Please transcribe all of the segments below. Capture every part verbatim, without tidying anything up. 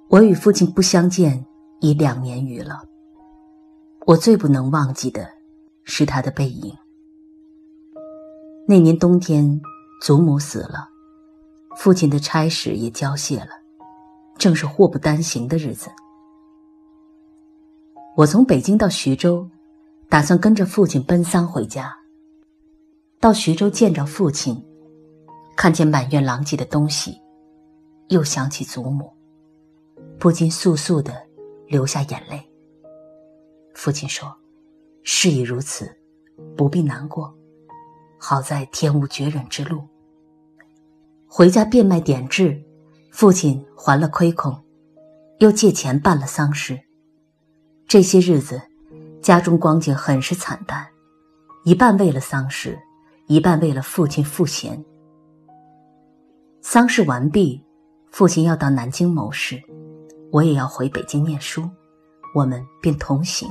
我与父亲不相见已两年余了，我最不能忘记的是他的背影。那年冬天，祖母死了，父亲的差事也交卸了，正是祸不单行的日子。我从北京到徐州，打算跟着父亲奔丧回家。到徐州见着父亲，看见满院狼藉的东西，又想起祖母，不禁簌簌地流下眼泪。父亲说，事已如此，不必难过，好在天无绝人之路。回家变卖典质，父亲还了亏空，又借钱办了丧事。这些日子家中光景很是惨淡，一半为了丧事，一半为了父亲赋闲。丧事完毕，父亲要到南京谋事，我也要回北京念书，我们便同行。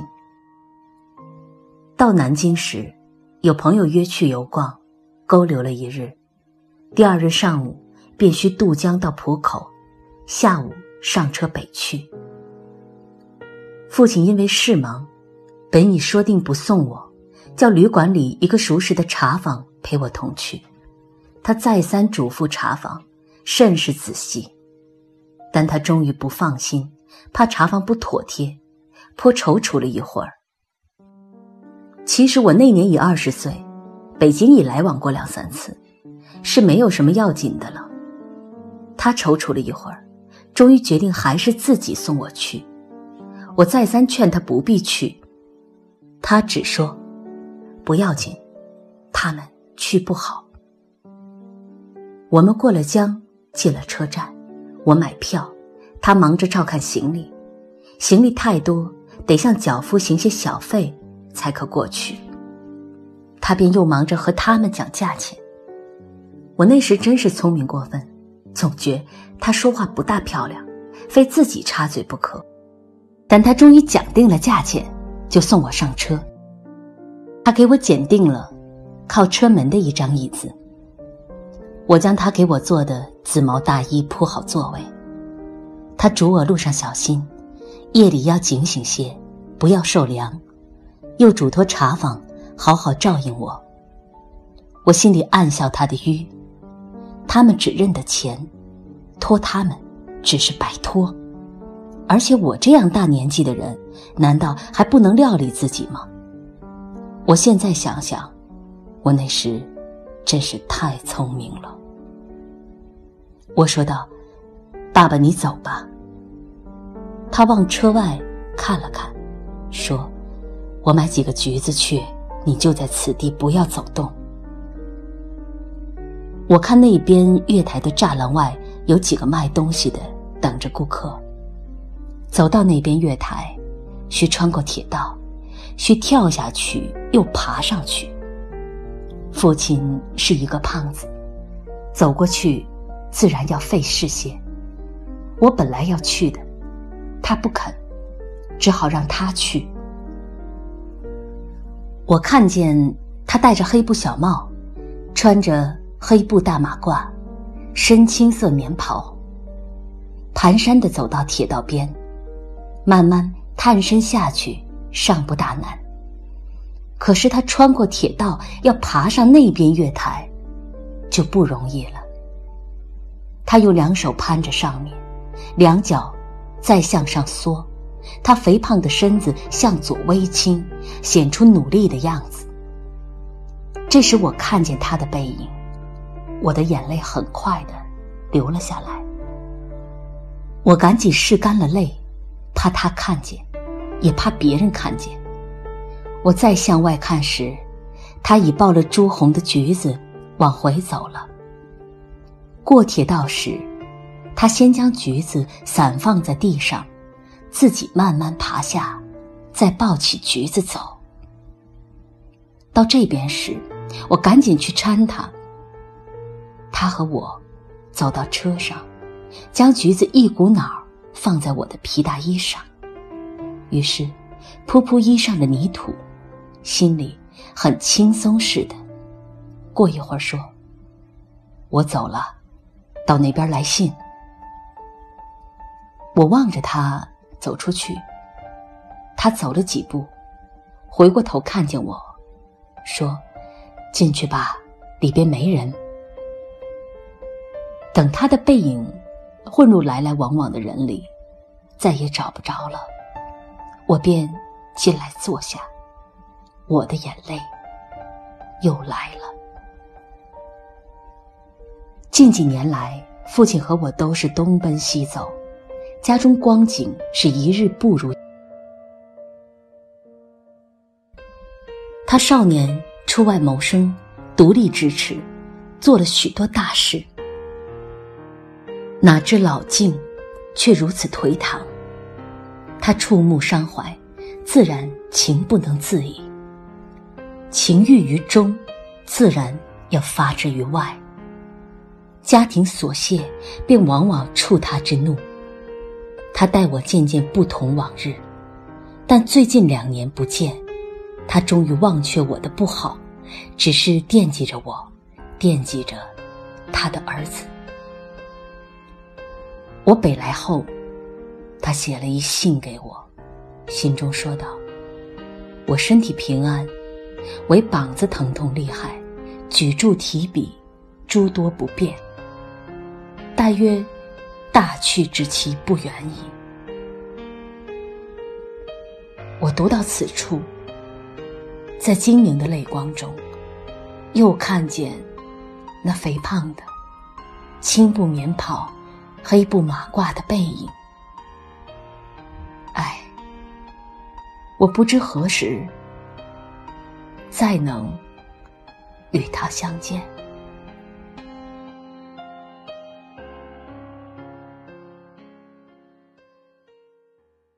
到南京时，有朋友约去游逛，勾留了一日。第二日上午便须渡江到浦口，下午上车北去。父亲因为事忙，本已说定不送我，叫旅馆里一个熟识的茶坊陪我同去。他再三嘱咐茶坊，甚是仔细，但他终于不放心，怕茶坊不妥帖，颇踌躇了一会儿。其实我那年已二十岁，北京已来往过两三次，是没有什么要紧的了。他踌躇了一会儿，终于决定还是自己送我去。我再三劝他不必去，他只说不要紧，他们去不好。我们过了江，进了车站，我买票，他忙着照看行李，行李太多，得向脚夫行些小费才可过去。他便又忙着和他们讲价钱。我那时真是聪明过分，总觉他说话不大漂亮，非自己插嘴不可。但他终于讲定了价钱，就送我上车。他给我拣定了靠车门的一张椅子，我将他给我做的紫毛大衣铺好座位。他嘱我路上小心，夜里要警醒些，不要受凉，又嘱托茶坊好好照应我。我心里暗笑他的愚，他们只认得钱，托他们只是白托。而且我这样大年纪的人，难道还不能料理自己吗？我现在想想，我那时真是太聪明了。我说道，爸爸你走吧。他往车外看了看，说，我买几个橘子去，你就在此地，不要走动。我看那边月台的栅栏外有几个卖东西的等着顾客，走到那边月台，需穿过铁道，需跳下去又爬上去。父亲是一个胖子，走过去自然要费事些。我本来要去的，他不肯，只好让他去。我看见他戴着黑布小帽，穿着黑布大马褂，深青色棉袍，蹒跚地走到铁道边，慢慢探身下去尚不大难。可是他穿过铁道要爬上那边月台就不容易了。他用两手攀着上面，两脚再向上缩，他肥胖的身子向左微倾，显出努力的样子。这时我看见他的背影，我的眼泪很快地流了下来。我赶紧拭干了泪，怕他看见，也怕别人看见。我再向外看时，他已抱了朱红的橘子往回走了。过铁道时，他先将橘子散放在地上，自己慢慢爬下，再抱起橘子走。到这边时，我赶紧去搀他。他和我走到车上，将橘子一股脑放在我的皮大衣上，于是扑扑衣上的泥土，心里很轻松似的。过一会儿说，我走了，到那边来信。 我望着他走出去，他走了几步，回过头看见我，说：“进去吧，里边没人。”等他的背影混入来来往往的人里，再也找不着了，我便进来坐下，我的眼泪又来了。近几年来，父亲和我都是东奔西走，家中光景是一日不如。他少年出外谋生，独立支持，做了许多大事，哪知老境却如此颓唐。他触目伤怀，自然情不能自已，情郁于中，自然要发之于外。家庭琐屑便往往触他之怒。他待我渐渐不同往日，但最近两年不见，他终于忘却我的不好，只是惦记着我，惦记着他的儿子。我北来后，他写了一信给我，信中说道：“我身体平安，唯膀子疼痛厉害，举箸提笔诸多不便，大约大去之期不远矣。”我读到此处，在晶莹的泪光中，又看见那肥胖的青布棉袍黑布马褂的背影。唉，我不知何时再能与他相见。